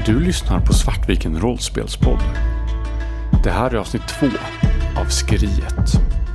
Du lyssnar på Svartviken rollspelspodd. Det här är avsnitt 2 av Skriet.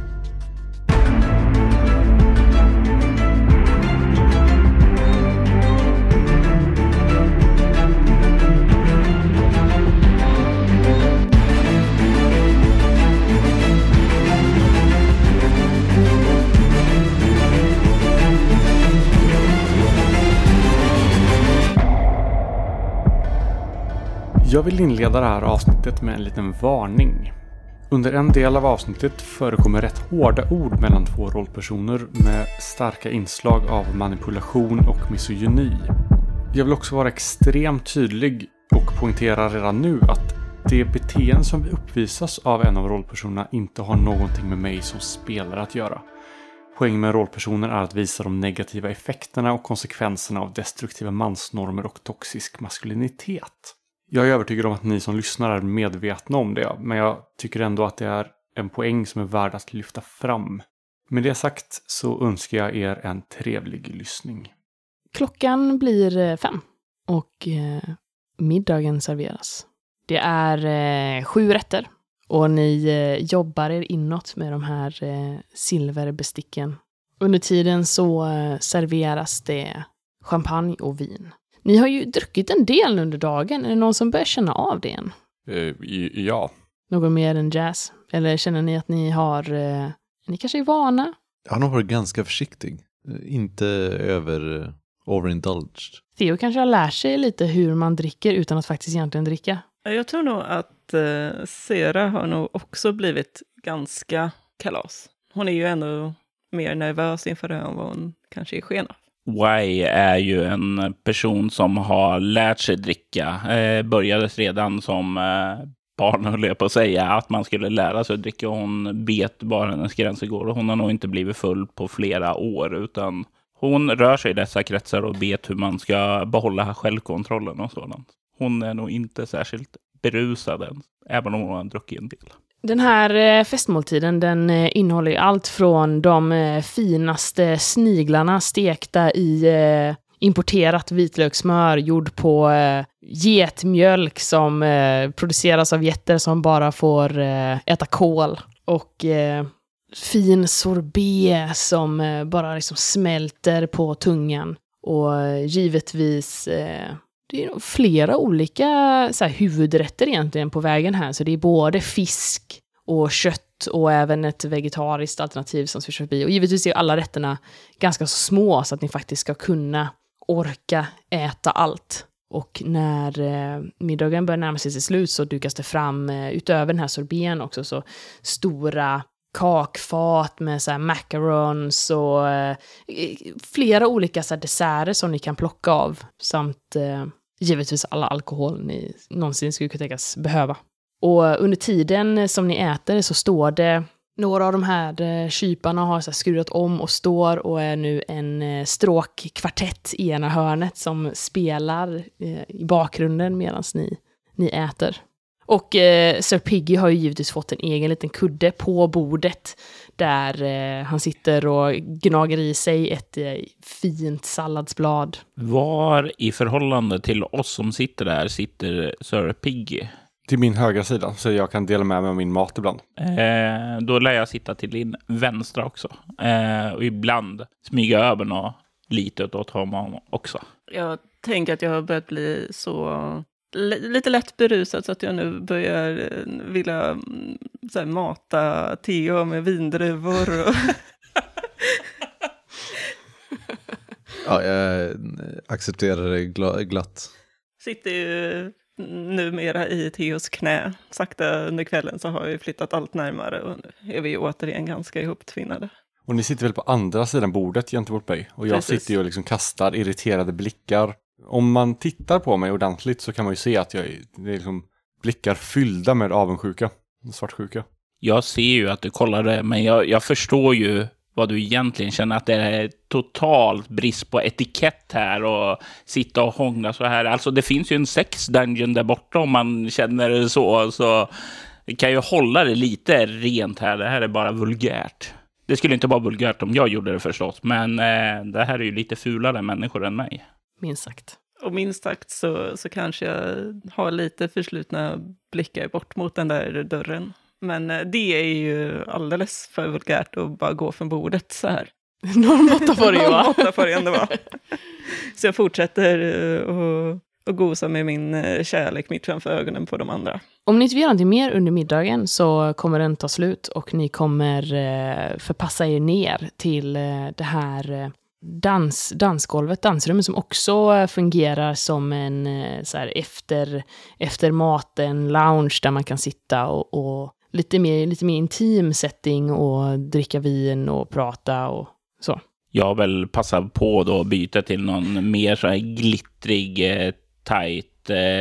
Jag vill inleda det här avsnittet med en liten varning. Under en del av avsnittet förekommer rätt hårda ord mellan två rollpersoner med starka inslag av manipulation och misogyni. Jag vill också vara extremt tydlig och poängtera redan nu att det beteende som uppvisas av en av rollpersonerna inte har någonting med mig som spelare att göra. Poängen med rollpersoner är att visa de negativa effekterna och konsekvenserna av destruktiva mansnormer och toxisk maskulinitet. Jag är övertygad om att ni som lyssnar är medvetna om det, men jag tycker ändå att det är en poäng som är värd att lyfta fram. Med det sagt så önskar jag er en trevlig lyssning. Klockan blir 5 och middagen serveras. Det är 7 rätter och ni jobbar er inåt med de här silverbesticken. Under tiden så serveras det champagne och vin. Ni har ju druckit en del under dagen. Är det någon som börjar känna av det än? Ja. Någon mer än Jazz? Eller känner ni att ni har... ni kanske är vana? Jag har nog varit ganska försiktig. Inte overindulged. Theo kanske har lärt sig lite hur man dricker utan att faktiskt egentligen dricka. Jag tror nog att Sera har nog också blivit ganska kalas. Hon är ju ändå mer nervös inför det än vad hon kanske är sken av. Y är ju en person som har lärt sig dricka. Började redan som barn, höll jag på att säga, att man skulle lära sig att dricka. Hon bet bara hennes gränser går och hon har nog inte blivit full på flera år, utan hon rör sig i dessa kretsar och vet hur man ska behålla självkontrollen och sådant. Hon är nog inte särskilt berusad än, även om hon har druckit en del. Den här festmåltiden, den innehåller allt från de finaste sniglarna stekta i importerat vitlökssmör gjord på getmjölk som produceras av getter som bara får äta kål, och fin sorbet som bara liksom smälter på tungan, och givetvis det är flera olika så här huvudrätter egentligen på vägen här. Så det är både fisk och kött och även ett vegetariskt alternativ som svischar förbi. Och givetvis är alla rätterna ganska så små så att ni faktiskt ska kunna orka äta allt. Och när middagen börjar närma sig slut så dukas det fram, utöver den här sorbeten också, så stora kakfat med så här macarons och flera olika så här desserter som ni kan plocka av, samt givetvis alla alkohol ni någonsin skulle kunna tänkas behöva. Och under tiden som ni äter så står det några av de här kyparna har så här skurat om och står och är nu en stråkkvartett i ena hörnet som spelar i bakgrunden medan ni äter. Och Sir Piggy har ju givetvis fått en egen liten kudde på bordet där han sitter och gnager i sig ett fint salladsblad. Var i förhållande till oss som sitter där sitter Sir Piggy? Till min högra sida, så jag kan dela med mig av min mat ibland. Då lär jag sitta till din vänstra också. Och ibland smyga över något litet åt honom också. Jag tänker att jag har börjat bli så... lite lätt berusad så att jag nu börjar vilja så här, mata Theo med vindruvor. Och Ja, jag accepterar det glatt. Sitter ju numera i Theos knä. Sakta under kvällen så har vi flyttat allt närmare och nu är vi återigen ganska ihoptvinnade. Och ni sitter väl på andra sidan bordet gentemot mig. Och jag Precis. sitter ju och liksom kastar irriterade blickar. Om man tittar på mig ordentligt så kan man ju se att det är liksom blickar fyllda med avundsjuka, svartsjuka. Jag ser ju att du kollar det, men jag förstår ju vad du egentligen känner, att det är totalt brist på etikett här och sitta och hångla så här. Alltså det finns ju en sex dungeon där borta om man känner det så kan ju hålla det lite rent här. Det här är bara vulgärt. Det skulle inte vara vulgärt om jag gjorde det förstås, men det här är ju lite fulare människor än mig. Minst sagt. Och minst sagt så kanske jag har lite förslutna blickar bort mot den där dörren. Men det är ju alldeles för vulgärt att bara gå från bordet så här. Norm 8 får det ju vara. 8 får det ändå vara. Så jag fortsätter och gosa med min kärlek mitt framför ögonen på de andra. Om ni inte vill göra någonting mer under middagen så kommer den ta slut och ni kommer förpassa er ner till det här dansgolvet, dansrummet som också fungerar som en så här efter maten lounge där man kan sitta och lite mer intim setting och dricka vin och prata och så. Jag väl passar på då att byta till någon mer så här glittrig, tight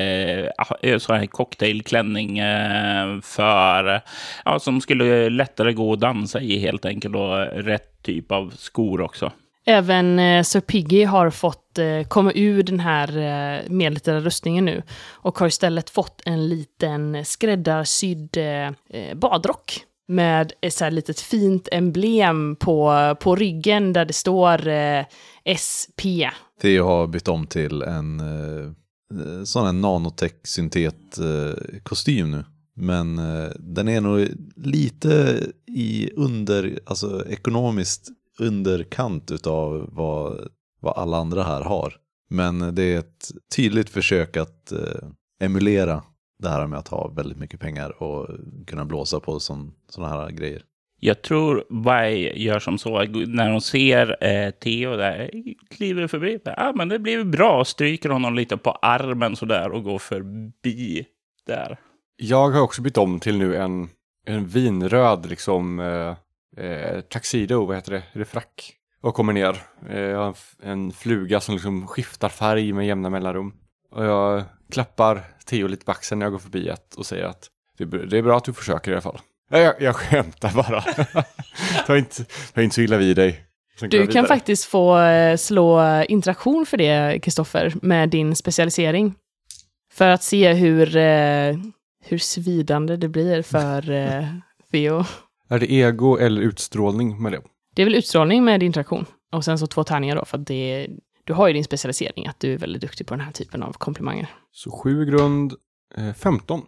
så här cocktailklänning för som skulle lättare gå och dansa i helt enkelt, och rätt typ av skor också. Även Sir Piggy har fått komma ur den här medeltida rustningen nu och har istället fått en liten skräddarsydd badrock med ett så här litet fint emblem på ryggen där det står SP. Theo har bytt om till en sån här nanotech-syntet-kostym nu. Men den är nog lite alltså ekonomiskt underkant utav vad alla andra här har. Men det är ett tydligt försök att emulera det här med att ha väldigt mycket pengar och kunna blåsa på såna här grejer. Jag tror Vi gör som så när de ser Theo där, kliver förbi. Men det blir bra, stryker honom lite på armen så där och går förbi där. Jag har också bytt om till nu en vinröd liksom tuxedo, vad heter det? Är det frack? Och kommer ner. Jag har en fluga som liksom skiftar färg med jämna mellanrum. Och jag klappar Theo lite på axeln när jag går förbi och säger att det är bra att du försöker i alla fall. Jag skämtar bara. Ta inte så illa vid dig. Du kan faktiskt få slå interaktion för det, Kristoffer, med din specialisering. För att se hur svidande det blir för Theo. Är det ego eller utstrålning med det? Det är väl utstrålning med interaktion. Och sen så 2 tärningar då, för att du har ju din specialisering, att du är väldigt duktig på den här typen av komplimanger. Så 7 grund, 15.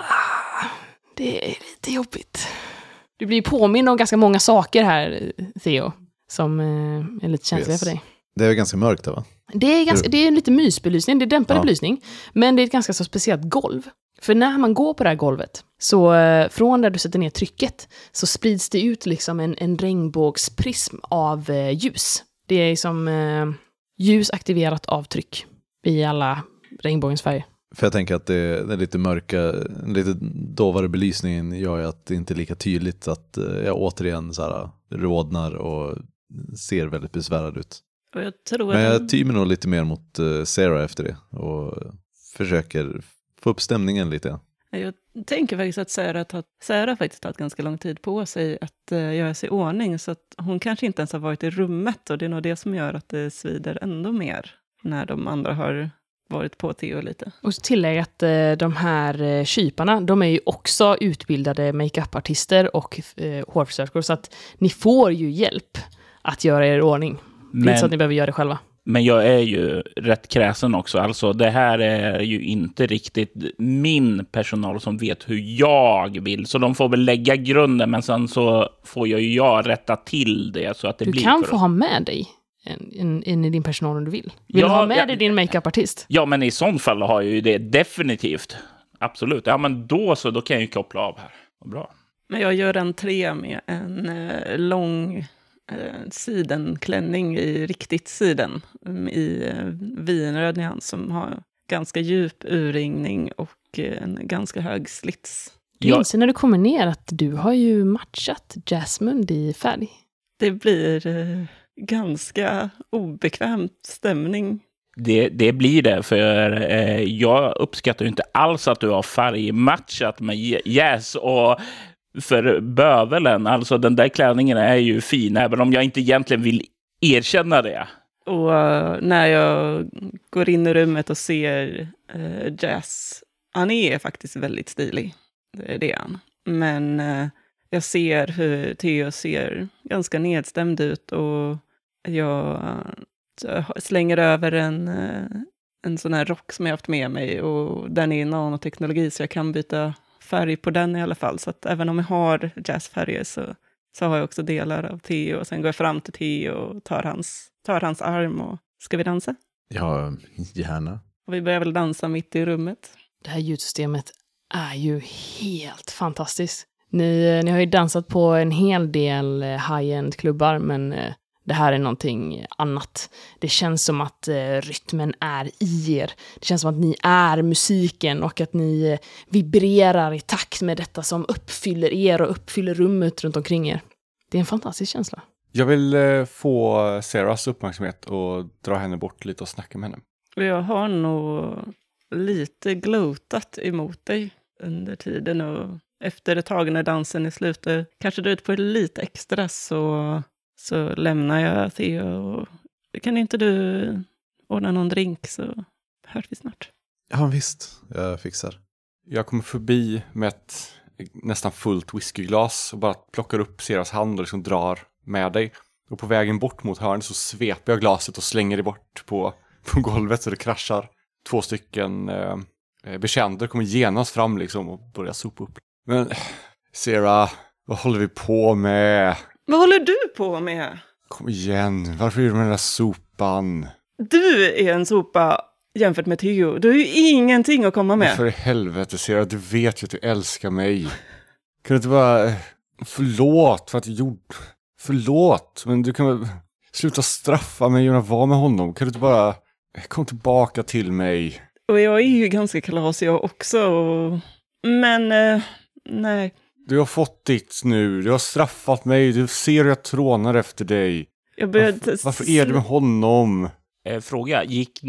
Det är lite jobbigt. Du blir påminn om ganska många saker här, Theo, som är lite känsliga för dig. Det är ganska mörkt, va? Det är lite mysbelysning, det är dämpad belysning, men det är ett ganska så speciellt golv. För när man går på det här golvet, så från där du sätter ner trycket, så sprids det ut liksom en regnbågsprism av ljus. Det är som ljus aktiverat av tryck i alla regnbågens färger. För jag tänker att det är lite mörka, lite dovare belysningen gör ju att det inte är lika tydligt, att jag återigen så här rodnar och ser väldigt besvärad ut. Och jag Men jag tymer nog lite mer mot Sarah efter det och försöker få upp stämningen lite. Jag tänker faktiskt att Sarah faktiskt tagit ganska lång tid på sig att göra sig i ordning, så att hon kanske inte ens har varit i rummet, och det är nog det som gör att det svider ändå mer när de andra har varit på Theo lite. Och tillägga att de här kyparna, de är ju också utbildade make-up-artister och hårfrisörskor, så att ni får ju hjälp att göra er i ordning. Det är inte så att ni behöver göra det själva. Men jag är ju rätt kräsen också. Alltså det här är ju inte riktigt min personal som vet hur jag vill. Så de får väl lägga grunden, men sen så får jag rätta till det så att det blir. Du kan få ha med dig en i din personal om du vill. Vill du ha med dig din make-up-artist? Ja, men i sånt fall har jag ju det definitivt. Absolut. Ja, men då kan jag ju koppla av här. Bra. Men jag gör en 3 med en lång sidenklänning i riktigt siden i vinröd nyans som har ganska djup urringning och en ganska hög slits. Du inser när du kommer ner att du har ju matchat Jasmine i färg. Det blir ganska obekvämt stämning. Det blir det, för jag uppskattar ju inte alls att du har färgmatchat med Jazz och för bövelen. Alltså den där klänningen är ju fin, även om jag inte egentligen vill erkänna det. Och när jag går in i rummet och ser Jazz, han är faktiskt väldigt stilig. Det är det han. Men jag ser hur Theo ser ganska nedstämd ut, och jag slänger över en sån här rock som jag haft med mig och den är nanoteknologi så jag kan byta färg på den i alla fall. Så att även om jag har jazzfärger så har jag också delar av Theo. Och sen går jag fram till Theo och tar hans arm och ska vi dansa? Ja, gärna. Och vi börjar väl dansa mitt i rummet. Det här ljudsystemet är ju helt fantastiskt. Ni har ju dansat på en hel del high-end klubbar, men det här är någonting annat. Det känns som att rytmen är i er. Det känns som att ni är musiken och att ni vibrerar i takt med detta som uppfyller er och uppfyller rummet runt omkring er. Det är en fantastisk känsla. Jag vill få Sarahs uppmärksamhet och dra henne bort lite och snacka med henne. Och jag har nog lite glotat emot dig under tiden och efter ett tag när dansen är slut kanske du ut på lite extra så lämnar jag Theo och kan inte du ordna någon drink så hörs vi snart. Ja visst, jag fixar. Jag kommer förbi med ett nästan fullt whiskyglas och bara plockar upp Sarahs hand och liksom drar med dig. Och på vägen bort mot hörnet så sveper jag glaset och slänger det bort på golvet så det kraschar. 2 stycken bekänter kommer genast fram liksom och börjar sopa upp. Men Sarah, vad håller vi på med? Vad håller du på med? Kom igen, varför är du med den där sopan? Du är en sopa jämfört med Theo. Du har ju ingenting att komma med. För i helvete Sarah, du vet ju att du älskar mig. Kan du inte bara... Förlåt för att jag gjorde... Förlåt, men du kan väl sluta straffa mig och vara med honom. Kan du inte bara... Kom tillbaka till mig. Och jag är ju ganska kalas jag också. Men, nej. Du har fått ditt nu. Du har straffat mig. Du ser hur jag trånar efter dig. Varför är du med honom? Fråga,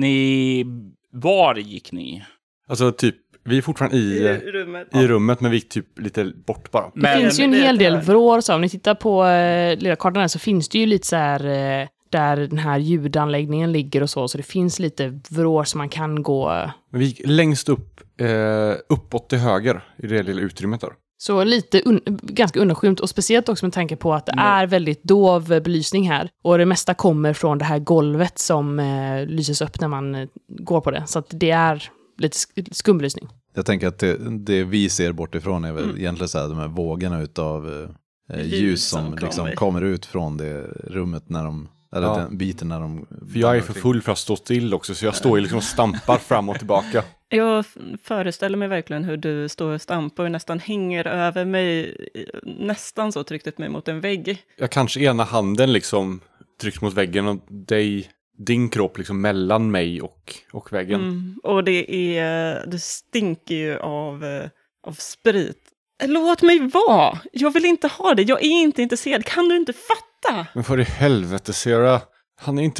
var gick ni? Alltså typ, vi är fortfarande i rummet, men vi gick typ lite bort bara. Det finns ju en hel del vrår, så om ni tittar på lilla kartan här så finns det ju lite så här där den här ljudanläggningen ligger och så det finns lite vrår som man kan gå. Men vi gick längst upp, uppåt till höger i det lilla utrymmet där. Så lite ganska undanskymt och speciellt också med tanke på att det är väldigt dov belysning här. Och det mesta kommer från det här golvet som lyses upp när man går på det. Så att det är lite skumbelysning. Jag tänker att det vi ser bortifrån är väl egentligen så här, de här vågorna utav ljus som liksom kommer ut från det rummet när de... Eller den biten när de... För jag är för full för att stå still också. Så jag står ju liksom och stampar fram och tillbaka. Jag föreställer mig verkligen hur du står och stampar och nästan hänger över mig. Nästan så tryckt mig mot en vägg. Jag kanske ena handen liksom tryckt mot väggen och din kropp liksom mellan mig och väggen. Och det stinker ju av sprit. Låt mig vara! Jag vill inte ha det. Jag är inte intresserad. Kan du inte fatta? Men för i helvete, Sarah. Han är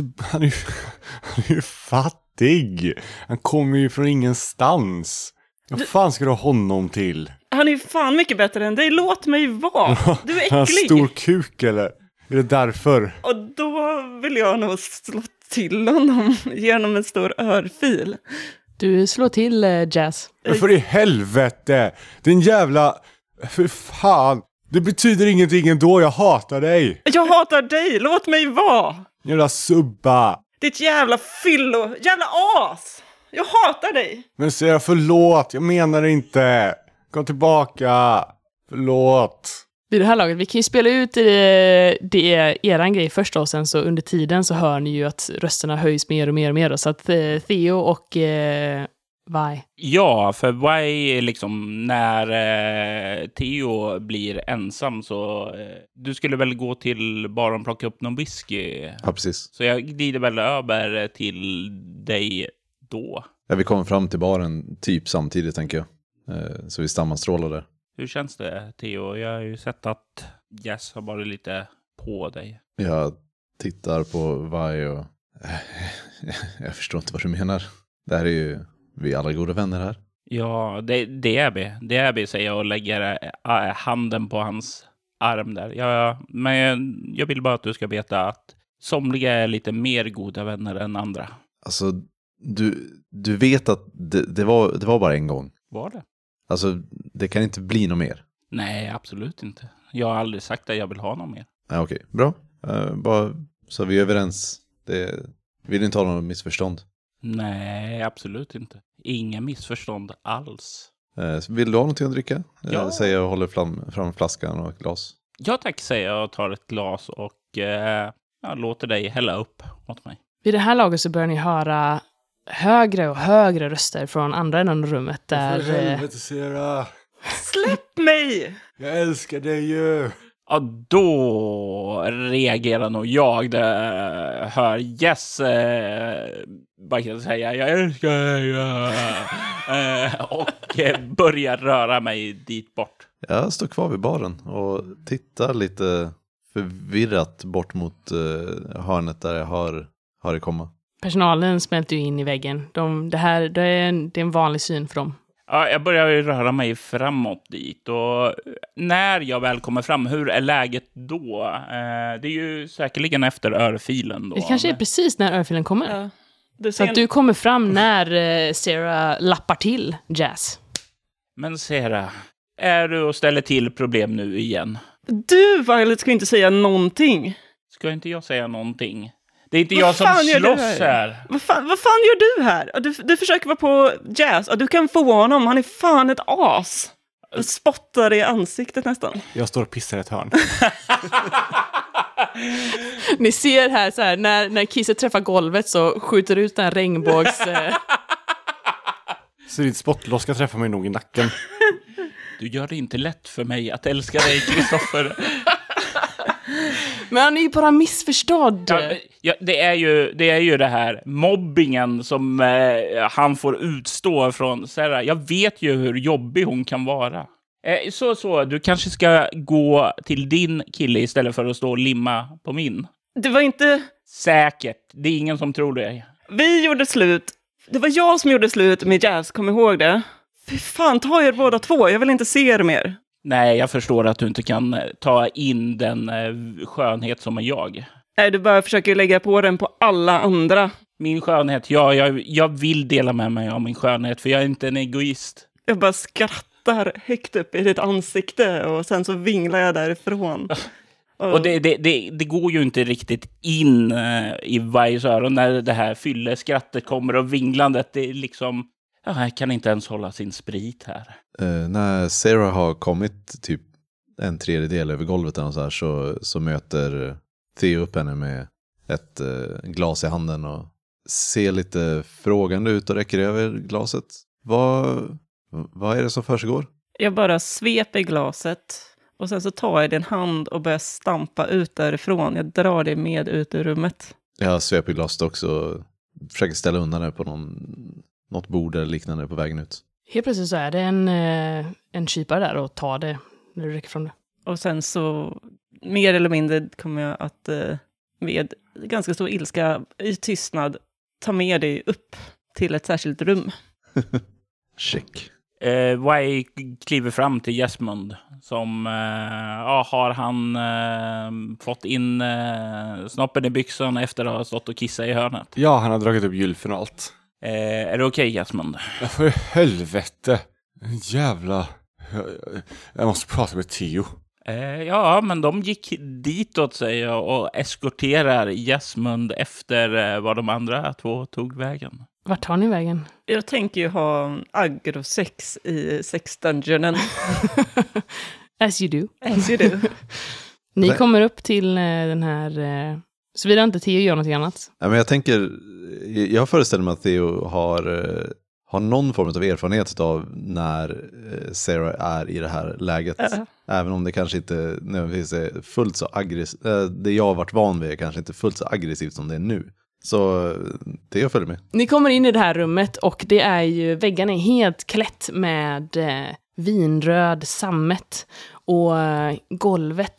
ju fattig. Han kommer ju från ingenstans. Vad fan ska du ha honom till? Han är ju fan mycket bättre än dig. Låt mig vara. Du är äcklig. Han har stor kuk, eller? Är det därför? Och då vill jag nog slå till honom genom en stor örfil. Du slår till Jazz. Men för i helvete! Din jävla... För fan! Det betyder ingenting ändå, jag hatar dig! Jag hatar dig, låt mig vara! Jävla subba! Ditt jävla fyllo, jävla as! Jag hatar dig! Men Sarah, förlåt, jag menar inte! Kom tillbaka! Förlåt! Vid det här laget, vi kan ju spela ut det eran grej först och sen så under tiden så hör ni ju att rösterna höjs mer och mer och mer då, så att Theo och Vi. Ja, för Vi liksom när Theo blir ensam så du skulle väl gå till baren och plocka upp någon whisky. Ja, precis. Så jag glider väl över till dig då. Ja, vi kommer fram till baren typ samtidigt tänker jag. Så vi sammanstrålar där. Hur känns det, Theo? Jag har ju sett att Jess har varit lite på dig. Jag tittar på Vi och jag förstår inte vad du menar. Det här är ju vi alla goda vänner här. Ja, det är vi. Det är vi, säger jag och lägger handen på hans arm där. Ja, men jag vill bara att du ska veta att somliga är lite mer goda vänner än andra. Alltså, du vet att det var bara en gång. Var det? Alltså, det kan inte bli något mer. Nej, absolut inte. Jag har aldrig sagt att jag vill ha något mer. Ja, okej. Bra. Bara så vi är överens. Det vill inte ha något missförstånd. Nej, absolut inte. Inga missförstånd alls. Vill du ha någonting att dricka? Ja. Säger jag och håller fram flaskan och ett glas. Ja tack, säger jag och tar ett glas och jag låter dig hälla upp åt mig. Vid det här laget så börjar ni höra högre och högre röster från andra änden av rummet där... För helvete, Sarah. Släpp mig! Jag älskar dig ju. Ja, då reagerar nog jag. Det hör Jess bara kan säga jag älskar dig. Och börjar röra mig dit bort. Jag står kvar vid baren och tittar lite förvirrat bort mot hörnet där jag hör det komma. Personalen smälter ju in i väggen. Det är en vanlig syn för dem. Ja, jag börjar ju röra mig framåt dit och när jag väl kommer fram, hur är läget då? Det är ju säkerligen efter örfilen då. Det kanske är precis när örfilen kommer. Ja. Du Så att du kommer fram när Sarah lappar till Jazz. Men Sarah, är du och ställer till problem nu igen? Du, Violet, ska inte säga någonting. Ska inte jag säga någonting? Det är inte jag som slåss här. Vad fan gör du här? Du försöker vara på Jazz. Du kan få honom. Han är fan ett as. Jag spottar i ansiktet nästan. Jag står och pissar i ett hörn. Ni ser här så här när kisset träffar golvet så skjuter ut den regnbågs... Så ditt spottloss ska träffa mig nog i nacken. Du gör det inte lätt för mig att älska dig, Kristoffer. Men han är ju bara missförstådd. Ja, det är ju det här mobbingen som han får utstå från Sarah. Jag vet ju hur jobbig hon kan vara. Så, du kanske ska gå till din kille istället för att stå och limma på min. Det var inte... Säkert, det är ingen som tror det. Vi gjorde slut. Det var jag som gjorde slut med Jazz, kom ihåg det. Fy fan, ta er båda två. Jag vill inte se er mer. Nej, jag förstår att du inte kan ta in den skönhet som är jag. Nej, du bara försöker lägga på den på alla andra. Min skönhet, ja, jag vill dela med mig av min skönhet, för jag är inte en egoist. Jag bara skrattar högt upp i ditt ansikte och sen så vinglar jag därifrån. Och det går ju inte riktigt in i varje öron när det här fylleskrattet kommer och vinglandet. Det är liksom... jag kan inte ens hålla sin sprit här. När Sarah har kommit typ 1/3 över golvet och så möter Theo upp henne med ett glas i handen och ser lite frågande ut och räcker över glaset. Vad är det som försiggår? Jag bara sveper glaset och sen så tar jag din hand och börjar stampa ut därifrån. Jag drar det med ut ur rummet. Jag sveper glaset också och försöker ställa undan det på något bord eller liknande på vägen ut. Helt plötsligt så är det en kypare där och tar det när du räcker från det. Och sen så mer eller mindre kommer jag att med ganska stor ilska i tystnad ta med dig upp till ett särskilt rum. Check. Y kliver fram till Jesmund som har han fått in snoppen i byxan efter att ha stått och kissat i hörnet. Ja, han har dragit upp gylfen och allt. Är det okej, Jesmund? För helvete. Jävla... Jag måste prata med Theo. Ja, men de gick ditåt, säger jag, och eskorterar Jesmund efter vad de andra två tog vägen. Vart tar ni vägen? Jag tänker ju ha agrosex i sexdungeonen. As you do. As you do. Ni kommer upp till den här... Såvida inte Theo gör något annat. Ja, men jag föreställer mig att Theo har någon form av erfarenhet av när Sarah är i det här läget. Även om det kanske inte nödvändigtvis är fullt så aggressivt. Det jag har varit van vid är kanske inte fullt så aggressivt som det är nu. Så Theo följer med. Ni kommer in i det här rummet och det är ju, väggarna är helt klätt med vinröd sammet. Och golvet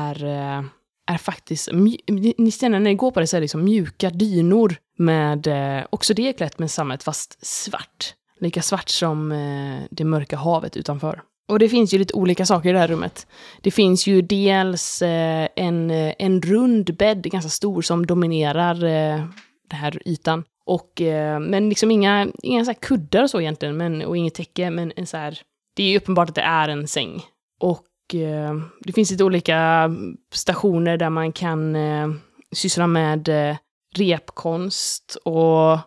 är faktiskt, ni ser när ni går på det så är det liksom mjuka dynor med, också det är klätt med sammet fast svart. Lika svart som det mörka havet utanför. Och det finns ju lite olika saker i det här rummet. Det finns ju dels en rund bädd, ganska stor, som dominerar den här ytan. Och, men liksom inga så här kuddar och så egentligen, och inget täcke, men en så här, det är ju uppenbart att det är en säng. Och det finns lite olika stationer där man kan syssla med repkonst och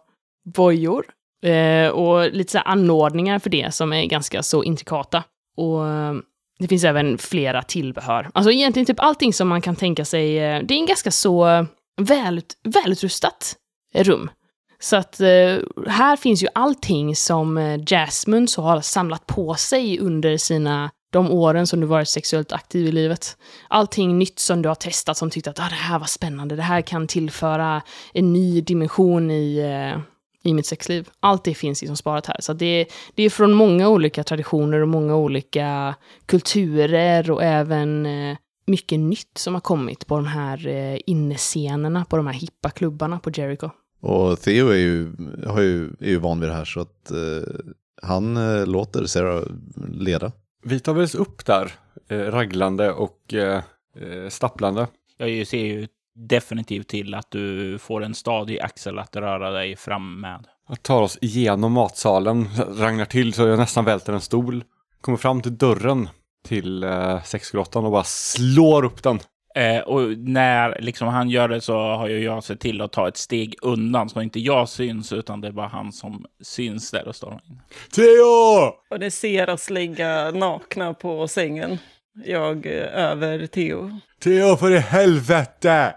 bojor och lite så här anordningar för det som är ganska så intrikata. Och det finns även flera tillbehör. Alltså egentligen typ allting som man kan tänka sig. Det är en ganska så välutrustat rum. Så att här finns ju allting som Jasmine så har samlat på sig under de åren som du varit sexuellt aktiv i livet. Allting nytt som du har testat som tyckte att det här var spännande. Det här kan tillföra en ny dimension i mitt sexliv. Allt det finns liksom sparat här. Så det är från många olika traditioner och många olika kulturer och även mycket nytt som har kommit på de här innescenerna, på de här hippa klubbarna på Jericho. Och Theo är ju van vid det här så att han låter Sarah leda. Vi tar väl oss upp där, raglande och stapplande. Jag ser ju definitivt till att du får en stadig axel att röra dig fram med. Jag tar oss igenom matsalen, ragnar till så jag nästan välter en stol. Kommer fram till dörren till sexgrottan och bara slår upp den. Och när liksom han gör det så har ju jag sett till att ta ett steg undan så inte jag syns utan det är bara han som syns där och står in. Theo! Och det ser oss ligga nakna på sängen. Jag över Theo. Theo, för i helvete!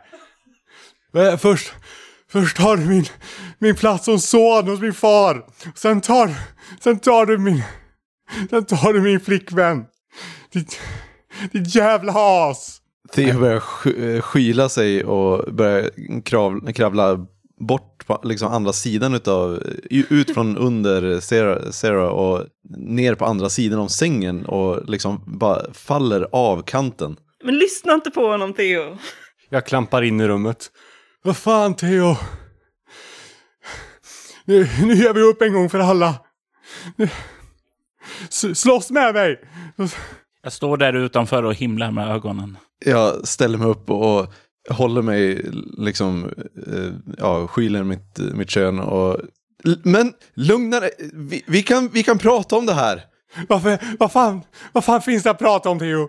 Först tar du min plats som son hos min far. Sen tar du min flickvän. Ditt jävla as! Theo börjar skyla sig och börjar kravla bort på liksom andra sidan ut från under Sarah och ner på andra sidan om sängen och liksom bara faller av kanten. Men lyssna inte på honom, Theo. Jag klampar in i rummet. Vad fan, Theo? Nu ger vi upp en gång för alla. Slåss med mig! Jag står där utanför och himlar med ögonen. Jag ställer mig upp och håller mig liksom skyler mitt kön och men lugna dig. Vi kan prata om det här. Vad fan finns det att prata om, Theo?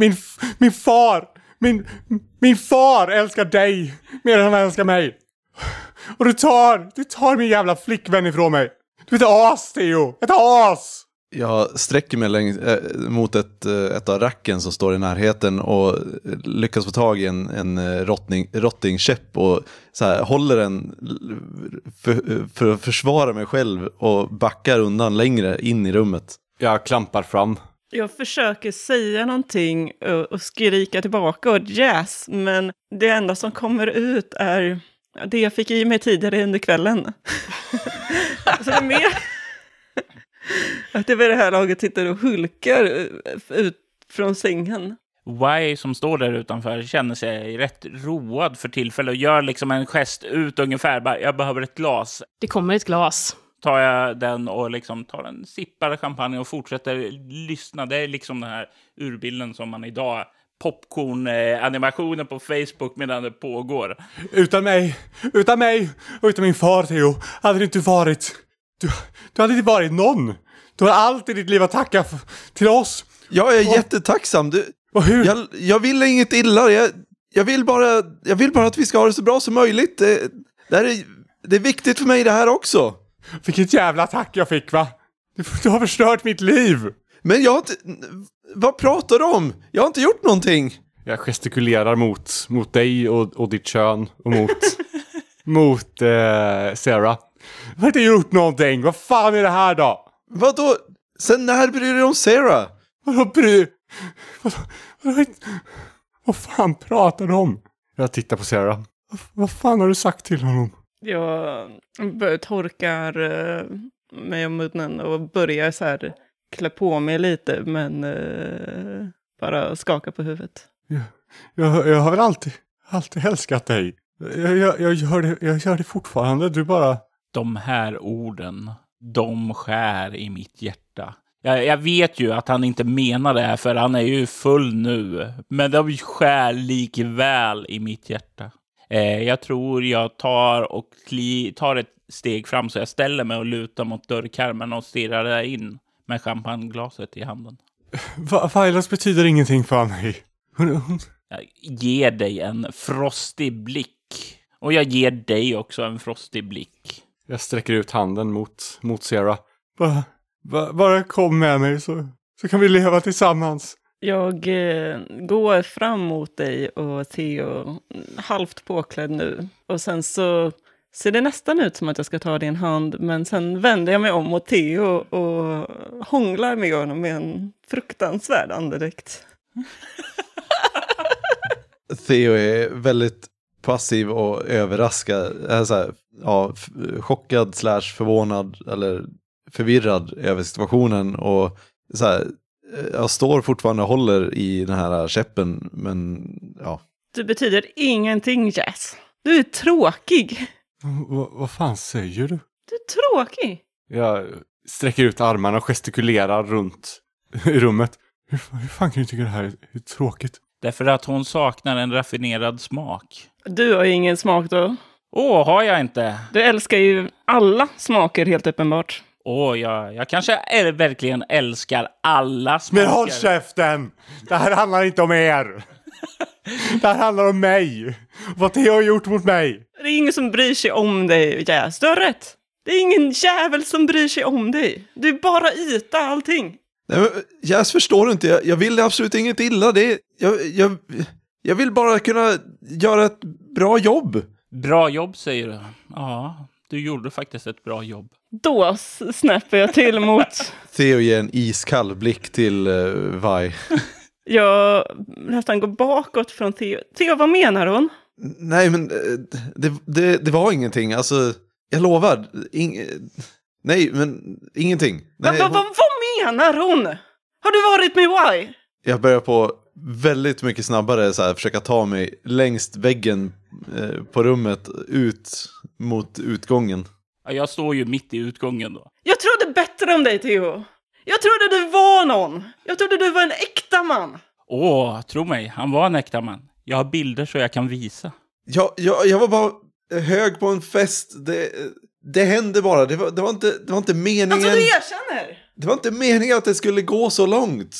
Min far älskar dig mer än han älskar mig. Och du tar min jävla flickvän ifrån mig. Du är ett as, Theo. Ett as! Jag sträcker mig mot ett av racken som står i närheten och lyckas få tag i en rottingkäpp och så här, håller den för att försvara mig själv och backar undan längre in i rummet. Jag klampar fram. Jag försöker säga någonting och skrika tillbaka och jazz, men det enda som kommer ut är det jag fick i mig tidigare under kvällen. Så det är mer att det vid det här laget sitter och hulkar ut från sängen. Y som står där utanför känner sig rätt road för tillfället och gör liksom en gest ut ungefär. Bara, jag behöver ett glas. Det kommer ett glas. Tar jag den och liksom tar en sippar champagne och fortsätter lyssna. Det är liksom den här urbilden som man idag popcorn-animationen på Facebook medan det pågår. Utan mig och utan min far, Theo, hade det inte varit. Du hade inte varit någon. Du har alltid ditt liv att tacka till oss. Jag är jättetacksam. Jag vill inget illa. Jag vill bara att vi ska ha det så bra som möjligt. Det är viktigt för mig det här också. Vilket jävla tack jag fick, va? Du har förstört mitt liv. Men jag har inte... Vad pratar du om? Jag har inte gjort någonting. Jag gestikulerar mot dig och ditt kön och mot Sarah. Jag har inte gjort någonting. Vad fan är det här då? Vadå? Sen när bryr du dig om Sarah? Vad fan pratar du om? Jag tittar på Sarah. Vad fan har du sagt till honom? Jag torkar mig om munnen och börjar så här klä på mig lite, men bara skaka på huvudet. Jag har väl alltid älskat dig. Jag gör det fortfarande. Du bara... De här orden, de skär i mitt hjärta. Jag vet ju att han inte menar det här för han är ju full nu. Men de skär likväl i mitt hjärta. Jag tror jag tar ett steg fram så jag ställer mig och lutar mot dörrkarmen och stirrar där in med champagneglaset i handen. Violas betyder ingenting för mig. Jag ger dig en frostig blick. Och jag ger dig också en frostig blick. Jag sträcker ut handen mot Sarah. Bara kom med mig så kan vi leva tillsammans. Jag går fram mot dig och Theo, halvt påklädd nu. Och sen så ser det nästan ut som att jag ska ta din hand. Men sen vänder jag mig om mot Theo och hånglar med honom med en fruktansvärd andedräkt. Theo är väldigt passiv och överraskad. Så här, chockad / förvånad eller förvirrad över situationen. Och så här, jag står fortfarande och håller i den här käppen, men ja. Du betyder ingenting, Jazz. Du är tråkig. Vad fan säger du? Du är tråkig. Jag sträcker ut armarna och gestikulerar runt i rummet. Hur fan kan du tycka det här är tråkigt? Därför att hon saknar en raffinerad smak. Du har ju ingen smak då. Har jag inte? Du älskar ju alla smaker helt uppenbart. Jag kanske verkligen älskar alla smaker. Men håll käften! Det här handlar inte om er. Det här handlar om mig. Vad det har gjort mot mig. Det är ingen som bryr sig om dig, Jazz. Du har rätt. Det är ingen jävel som bryr sig om dig. Du är bara yta allting. Nej, men Jazz förstår inte. Jag vill absolut inget illa. Jag vill bara kunna göra ett bra jobb. Bra jobb, säger du. Ja, du gjorde faktiskt ett bra jobb. Då snäpper jag till mot... Theo ger en iskall blick till Vi. Jag nästan går bakåt från Theo. Theo, vad menar hon? Nej, men det var ingenting. Alltså, jag lovar. Nej, men ingenting. Nej, Vad menar hon? Har du varit med Y? Jag börjar på väldigt mycket snabbare så här, försöka ta mig längst väggen på rummet ut mot utgången. Ja, jag står ju mitt i utgången då. Jag trodde bättre om dig, Theo. Jag trodde du var någon. Jag trodde du var en äkta man. Tro mig, han var en äkta man. Jag har bilder så jag kan visa. Jag var bara hög på en fest. Det hände bara. Det var inte meningen. Alltså, du erkänner. Det var inte meningen att det skulle gå så långt.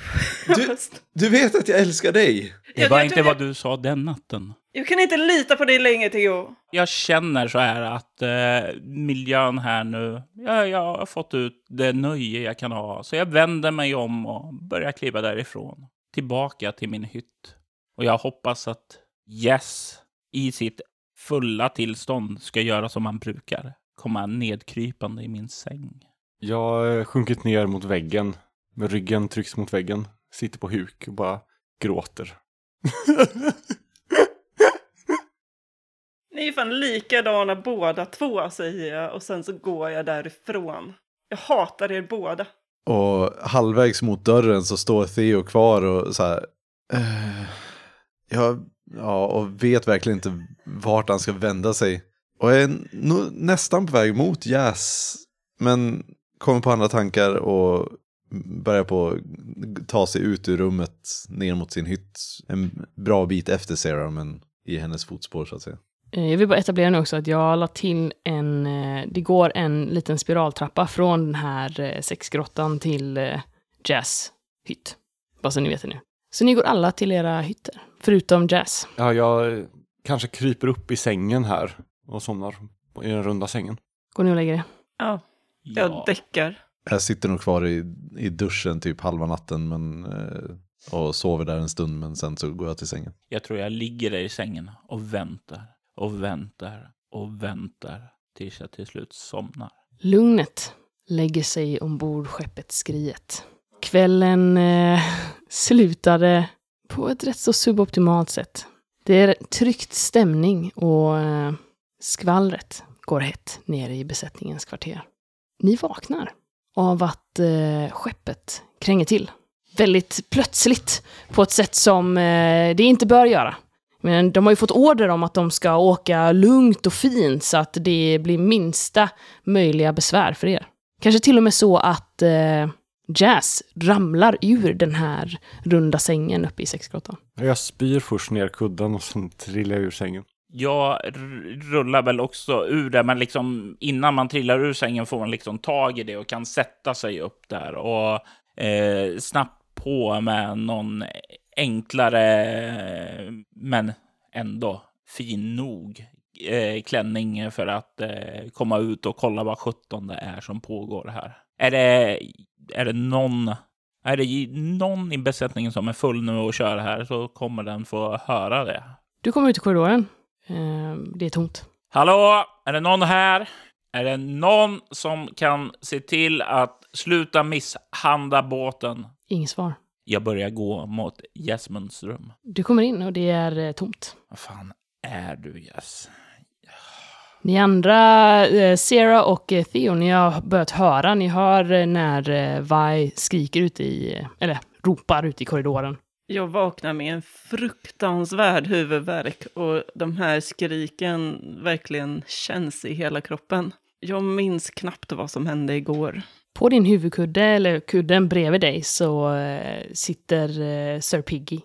Du vet att jag älskar dig. Det var inte vad du sa den natten. Jag kan inte lita på dig längre, Theo. Jag känner så här att miljön här nu... Jag har fått ut det nöje jag kan ha. Så jag vänder mig om och börjar kliva därifrån. Tillbaka till min hytt. Och jag hoppas att Jess i sitt fulla tillstånd ska göra som man brukar. Komma nedkrypande i min säng. Jag har sjunkit ner mot väggen. Med ryggen trycks mot väggen. Sitter på huk och bara gråter. Ni är fan likadana båda två, säger jag. Och sen så går jag därifrån. Jag hatar er båda. Och halvvägs mot dörren så står Theo kvar och så här... och vet verkligen inte vart han ska vända sig. Och är nästan på väg mot Jazz. Men kommer på andra tankar och börjar på ta sig ut ur rummet ner mot sin hytt. En bra bit efter Sarah, men i hennes fotspår så att säga. Jag vill bara etablera nu också att jag la till det går en liten spiraltrappa från den här sexgrottan till Jazz hytt. Bara så ni vet det nu. Så ni går alla till era hytter, förutom Jazz. Ja, jag kanske kryper upp i sängen här och somnar i den runda sängen. Går ni och lägger er? Ja, jag däckar. Jag sitter nog kvar i duschen typ halva natten och sover där en stund, men sen så går jag till sängen. Jag tror jag ligger där i sängen och väntar och väntar och väntar tills jag till slut somnar. Lugnet lägger sig ombord skeppet Skriet. Kvällen slutade på ett rätt så suboptimalt sätt. Det är tryckt stämning och skvallret går hett ner i besättningens kvarter. Ni vaknar av att skeppet kränger till. Väldigt plötsligt på ett sätt som det inte bör göra. Men de har ju fått order om att de ska åka lugnt och fint så att det blir minsta möjliga besvär för er. Kanske till och med så att Jazz ramlar ur den här runda sängen uppe i sexgrottan. Jag spyr först ner kudden och sen trillar jag ur sängen. Jag rullar väl också ur det, men liksom innan man trillar ur sängen får man liksom tag i det och kan sätta sig upp där och snabbt på med någon enklare men ändå fin nog klänning för att komma ut och kolla vad 17 det är som pågår här. Är det någon i besättningen som är full nu och kör här, så kommer den få höra det. Du kommer ut i korridoren. Det är tomt. Hallå, är det någon här? Är det någon som kan se till att sluta misshandla båten? Inget svar. Jag börjar gå mot Jesmunds rum. Du kommer in och det är tomt. Vad fan är du, Jess? Ni andra, Sarah och Theo, ni har börjat höra. Ni hör när Vi skriker eller ropar ut i korridoren. Jag vaknar med en fruktansvärd huvudvärk och de här skriken verkligen känns i hela kroppen. Jag minns knappt vad som hände igår. På din huvudkudde, eller kudden bredvid dig, så sitter Sir Piggy.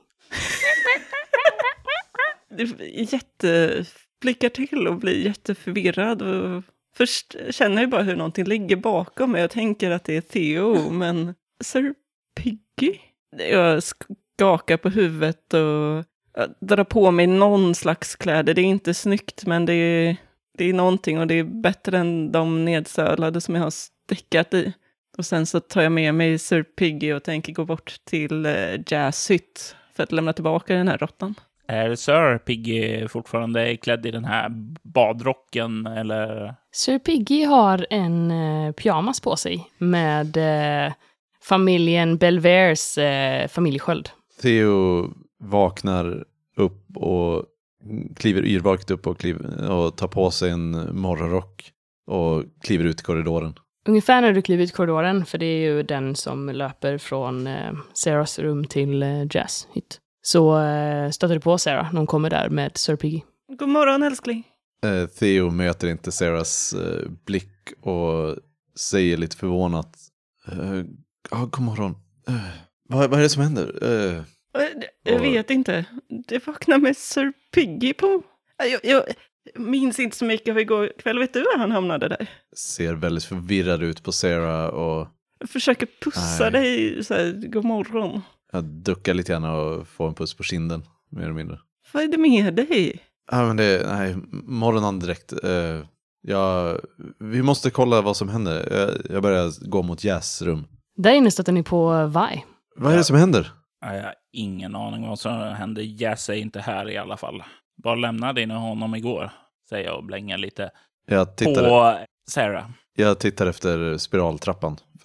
Det blickar till och blir jätteförvirrad. Och först känner jag bara hur någonting ligger bakom mig. Jag tänker att det är Theo, men Sir Piggy? Jag skakar på huvudet och drar på mig någon slags kläder. Det är inte snyggt, men det är någonting, och det är bättre än de nedsölade som jag har stickat i. Och sen så tar jag med mig Sir Piggy och tänker gå bort till Jazz hytt för att lämna tillbaka den här råttan. Är Sir Piggy fortfarande klädd i den här badrocken, eller? Sir Piggy har en pyjamas på sig med familjen Belvers familjesköld. Theo vaknar upp och kliver yrvakt upp och tar på sig en morgonrock och kliver ut i korridoren. Ungefär när du kliver ut i korridoren, för det är ju den som löper från Sarahs rum till Jazz hytt. Så stöter du på Sarah när hon kommer där med Sir Piggy. God morgon, älskling. Theo möter inte Sarahs blick och säger lite förvånat. God morgon. Vad är det som händer? Jag vet inte. Det vaknar med Sir Piggy på. Jag minns inte så mycket av igår kväll. Vet du var han hamnade där? Ser väldigt förvirrad ut på Sarah och... Jag försöker pussa dig så här, god morgon. Jag duckar lite grann och får en puss på kinden, mer eller mindre. Vad är det med dig? Ja, men morgonen direkt. Vi måste kolla vad som händer. Jag börjar gå mot Jazz rum. Där inne stöter ni på Vi. Vad är det som händer? Jag har ingen aning vad som händer. Jazz är inte här i alla fall. Bara lämnade in honom igår, säger jag och blänger lite på Sarah. Jag tittar efter spiraltrappan. För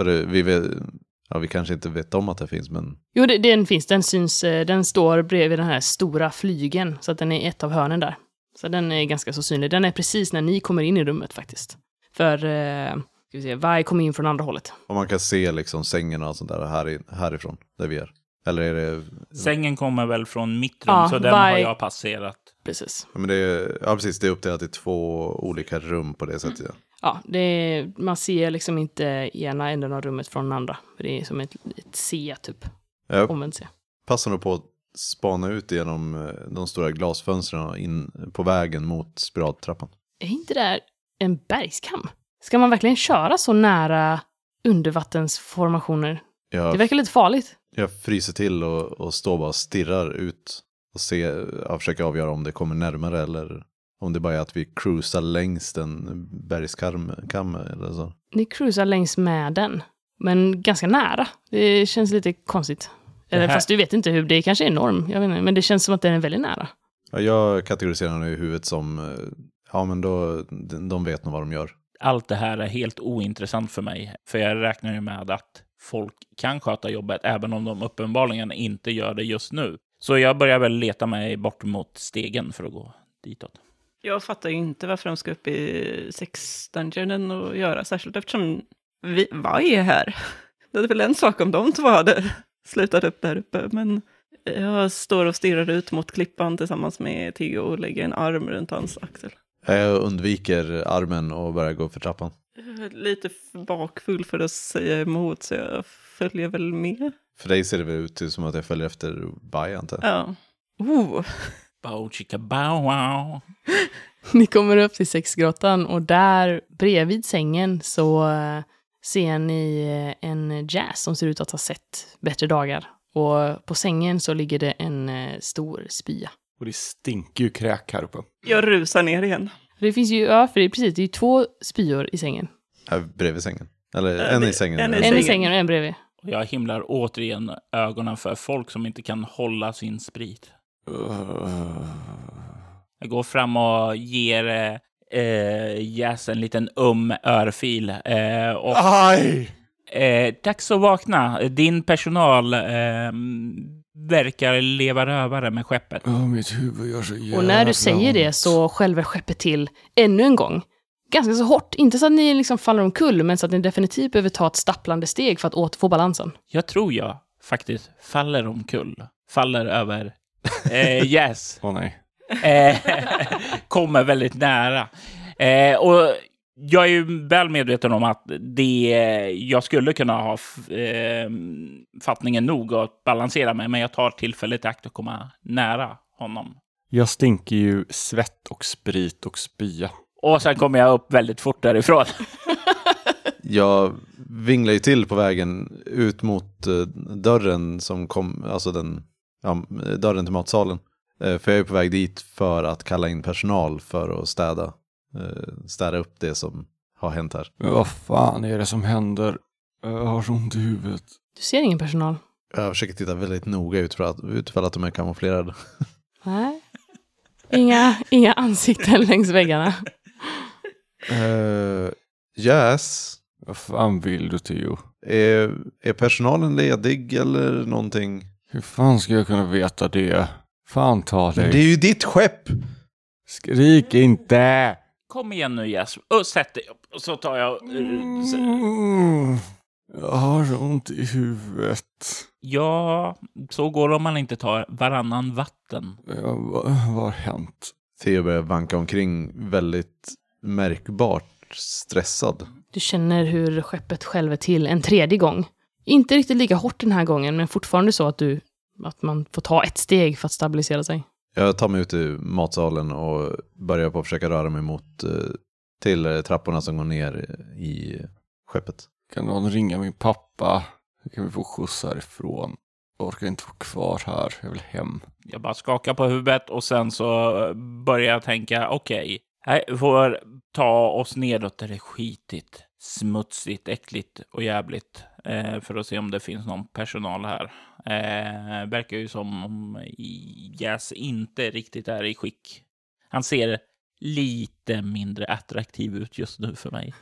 vi kanske inte vet om att det finns, men... Jo, den finns. Den syns. Den står bredvid den här stora flygen. Så att den är ett av hörnen där. Så den är ganska så synlig. Den är precis när ni kommer in i rummet faktiskt. För, ska vi se, Vi kommer in från andra hållet. Och man kan se liksom sängen och sånt där härifrån, där vi är. Eller är det... Sängen kommer väl från mitt rum, så den har jag passerat. Precis. Ja, men precis. Det är uppdelat i 2 olika rum på det sättet. Ja, man ser liksom inte ena änden av rummet från den andra. För det är som ett C typ. Omvänt C. Passar nog på att spana ut genom de stora glasfönstren in på vägen mot spiraltrappan. Är inte det en bergskam? Ska man verkligen köra så nära undervattensformationer? Det verkar lite farligt. Jag fryser till och står bara och stirrar ut och försöker avgöra om det kommer närmare eller om det bara är att vi cruisar längs en bergskam eller så. Ni cruisar längs med den, men ganska nära. Det känns lite konstigt. Fast du vet inte hur, det kanske är enorm. Jag vet inte, men det känns som att den är väldigt nära. Ja, jag kategoriserar den i huvudet som, men då, de vet nog vad de gör. Allt det här är helt ointressant för mig. För jag räknar ju med att folk kan sköta jobbet även om de uppenbarligen inte gör det just nu. Så jag börjar väl leta mig bort mot stegen för att gå ditåt. Jag fattar ju inte varför de ska upp i sexdungeonen och göra, särskilt eftersom vad är här? Det är väl en sak om de 2 hade slutat upp där uppe, men jag står och stirrar ut mot klippan tillsammans med Theo och lägger en arm runt hans axel. Jag undviker armen och börjar gå för trappan. Jag är lite för bakfull för att säga emot, så jag följer väl med. För dig ser det väl ut som att jag följer efter Bajan. Ja. Bow chicka bow wow. Ni kommer upp till 6-grottan och där bredvid sängen så ser ni en Jazz som ser ut att ha sett bättre dagar. Och på sängen så ligger det en stor spya. Och det stinker ju kräk här uppe. Jag rusar ner igen. Det finns ju, ja, för det är precis, det är ju 2 spyor i sängen. Bredvid sängen. Eller en i sängen. En i sängen och en bredvid. Och jag himlar återigen ögonen för folk som inte kan hålla sin sprit. Jag går fram och ger Jazz en liten örfil. Aj! Dags att vakna. Din personal verkar leva rövare med skeppet. Mitt huvud gör så jävla Och när du säger det så skälver skeppet till ännu en gång. Ganska så hårt. Inte så att ni liksom faller omkull, men så att ni definitivt behöver ta ett stapplande steg för att återfå balansen. Jag tror jag faktiskt faller omkull. Faller över Yes. Nej. Kommer väldigt nära. Och jag är ju väl medveten om att jag skulle kunna ha fattningen nog att balansera mig, men jag tar tillfället i akt att komma nära honom. Jag stinker ju svett och sprit och spya. Och sen kommer jag upp väldigt fort därifrån. Jag vinglar ju till på vägen ut mot dörren som alltså dörren till matsalen. För jag är på väg dit för att kalla in personal för att städa upp det som har hänt här. Men vad fan är det som händer? Jag har så ont i huvudet. Du ser ingen personal? Jag försöker titta väldigt noga utifall att de är kamouflerade. Nej. Inga ansikten längs väggarna. Yes. Vad fan vill du, Theo? Är personalen ledig eller någonting? Hur fan ska jag kunna veta det? Fan ta dig. Det är ju ditt skepp! Skrik inte! Kom igen nu, Jesper. Och sätt dig upp. Och så tar jag... Jag har så ont i huvudet. Ja, så går det om man inte tar varannan vatten. Vad har hänt? Theo börjar vanka omkring väldigt märkbart stressad. Du känner hur skeppet skälver till en 3:e gång. Inte riktigt lika hårt den här gången, men fortfarande så att man får ta ett steg för att stabilisera sig. Jag tar mig ut i matsalen och börjar på att försöka röra mig till trapporna som går ner i skeppet. Kan någon ringa min pappa? Hur kan vi få skjuts härifrån? Jag orkar inte vara kvar här. Jag vill hem. Jag bara skakar på huvudet och sen så börjar jag tänka, okej, vi får ta oss nedåt där det är skitigt, smutsigt, äckligt och jävligt för att se om det finns någon personal här. Verkar ju som om Jazz inte riktigt är i skick. Han ser lite mindre attraktiv ut just nu för mig.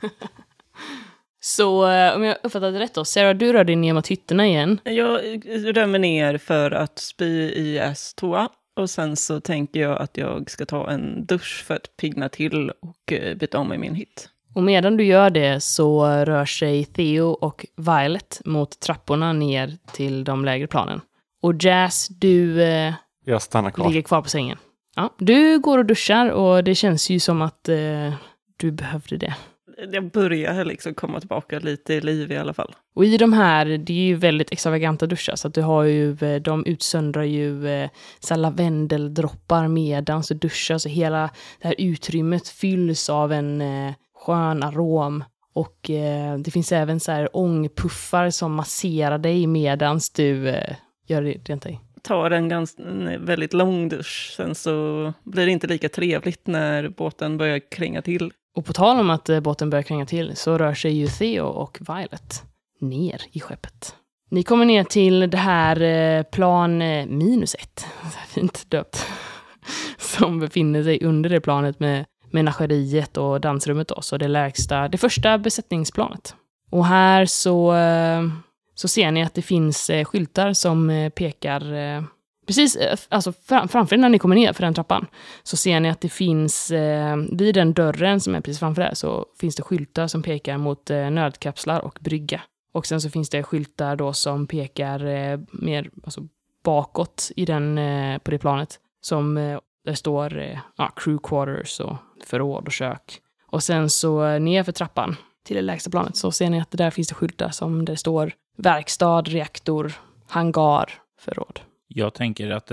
Så om jag uppfattat det rätt då, Sarah, du rör dig ner mot hytterna igen. Jag rör mig ner för att spy i S2. Och sen så tänker jag att jag ska ta en dusch för att pigna till och byta om i min hytt. Och medan du gör det så rör sig Theo och Violet mot trapporna ner till de lägre planen. Och Jazz, du Jag stannar kvar. ligger kvar på sängen. Ja, du går och duschar och det känns ju som att du behövde det. Jag börjar liksom komma tillbaka lite i liv i alla fall. Och i de här, det är ju väldigt extravaganta duschar, så att du har ju, de utsöndrar ju så här lavendeldroppar medans du duschar, så hela det här utrymmet fylls av en skön arom. Och det finns även så här ångpuffar som masserar dig medans du gör det rent dig. Tar en väldigt lång dusch, sen så blir det inte lika trevligt när båten börjar kränga till. Och på tal om att båten börjar kränga till så rör sig ju Theo och Violet ner i skeppet. Ni kommer ner till det här plan -1. Fint döpt. Som befinner sig under det planet med menageriet och dansrummet då. Så det första besättningsplanet. Och här så ser ni att det finns skyltar som pekar... Precis, alltså framför när ni kommer ner för den trappan så ser ni att det finns vid den dörren som är precis framför där så finns det skyltar som pekar mot nödkapslar och brygga. Och sen så finns det skyltar då som pekar mer alltså bakåt i på det planet som där står crew quarters och förråd och kök. Och sen så ner för trappan till det lägsta planet så ser ni att där finns det skyltar som det står verkstad, reaktor, hangar, förråd. Jag tänker att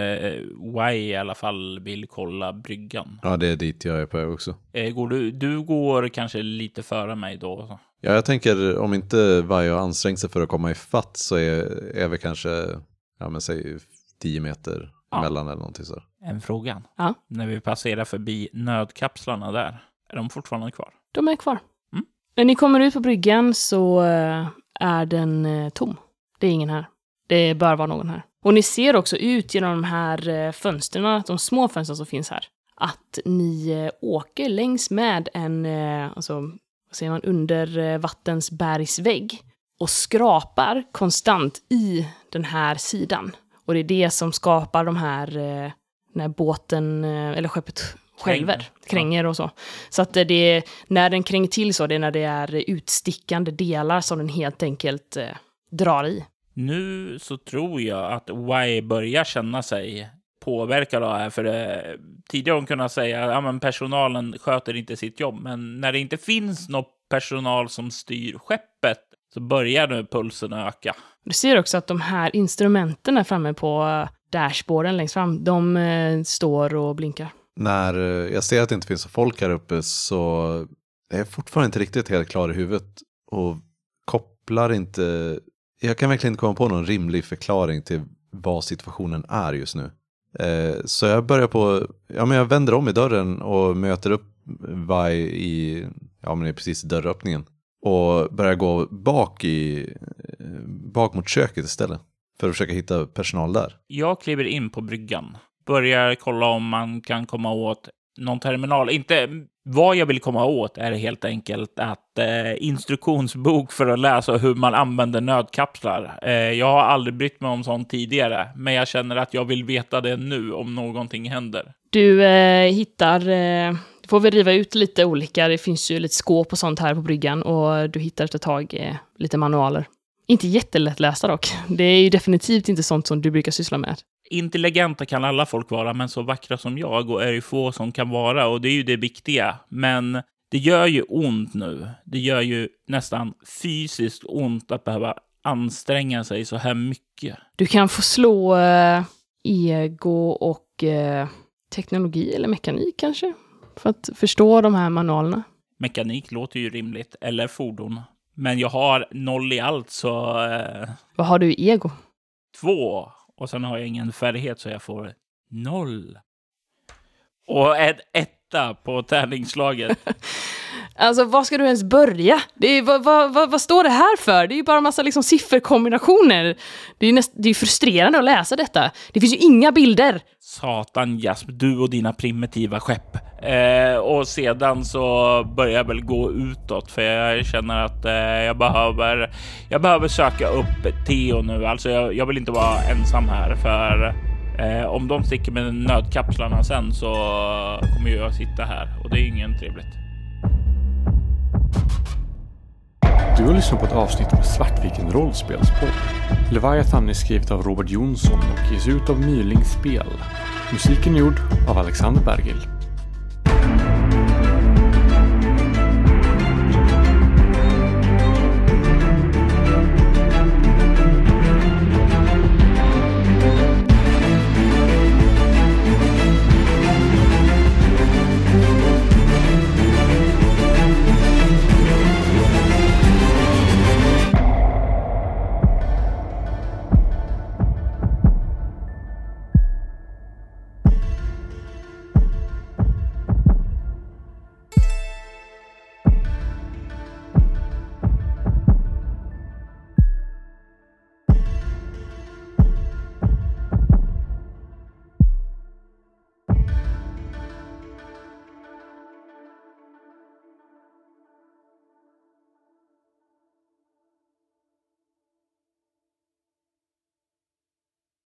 Y i alla fall vill kolla bryggan. Ja, det är dit jag är på också. Du går kanske lite före mig då. Ja, jag tänker om inte varje har ansträngt sig för att komma i fatt så är vi kanske, säg 10 meter emellan eller någonting så. En fråga. Ja. När vi passerar förbi nödkapslarna där, är de fortfarande kvar? De är kvar. När ni kommer ut på bryggan så är den tom. Det är ingen här. Det bör vara någon här. Och ni ser också ut genom de här fönsterna, de små fönstren som finns här, att ni åker längs med en, alltså, vad säger man, under vattens bergsvägg och skrapar konstant i den här sidan. Och det är det som skapar de här, när båten, eller skeppet kränger och så. Så att det är, när den kränger till så, det är när det är utstickande delar som den helt enkelt drar i. Nu så tror jag att Y börjar känna sig påverkad av det här. För tidigare hon kunde säga att personalen sköter inte sitt jobb. Men när det inte finns någon personal som styr skeppet så börjar nu pulsen öka. Du ser också att de här instrumenten där framme på dashboarden längst fram, de står och blinkar. När jag ser att det inte finns folk här uppe så är jag fortfarande inte riktigt helt klar i huvudet och kopplar inte. Jag kan verkligen inte komma på någon rimlig förklaring till vad situationen är just nu. Så jag börjar på, jag vänder om i dörren och möter upp Vi i, precis i dörröppningen. Och börjar gå bak mot köket istället. För att försöka hitta personal där. Jag kliver in på bryggan. Börjar kolla om man kan komma åt någon terminal. Inte vad jag vill komma åt är helt enkelt att instruktionsbok för att läsa hur man använder nödkapslar. Jag har aldrig brytt mig om sånt tidigare. Men jag känner att jag vill veta det nu om någonting händer. Du hittar, du får väl riva ut lite olika. Det finns ju lite skåp och sånt här på bryggan. Och du hittar efter ett tag lite manualer. Inte jättelätt läsa dock. Det är ju definitivt inte sånt som du brukar syssla med. Intelligenta kan alla folk vara, men så vackra som jag och är ju få som kan vara, och det är ju det viktiga. Men det gör ju ont nu. Det gör ju nästan fysiskt ont att behöva anstränga sig så här mycket. Du kan få slå ego och teknologi eller mekanik kanske, för att förstå de här manualerna. Mekanik låter ju rimligt, eller fordon. Men jag har 0 i allt, så... Vad har du i ego? 2. Och sen har jag ingen färdighet, så jag får 0. Och en 1 på tärningsslaget. Alltså, vad ska du ens börja? Det är, vad står det här för? Det är ju bara en massa liksom sifferkombinationer. Det är frustrerande att läsa detta. Det finns ju inga bilder. Satan, Jasp, du och dina primitiva skepp. Och sedan så börjar jag väl gå utåt, för jag känner att jag behöver söka upp Theo nu. Alltså jag vill inte vara ensam här, för om de sticker med nödkapslarna sen så kommer jag sitta här, och det är ingen trevligt. Du har lyssnat på ett avsnitt med Svartviken rollspelspodd. Leviathan är skrivet av Robert Jonsson och ges ut av Mylings spel. Musiken är gjord av Alexander Bergil.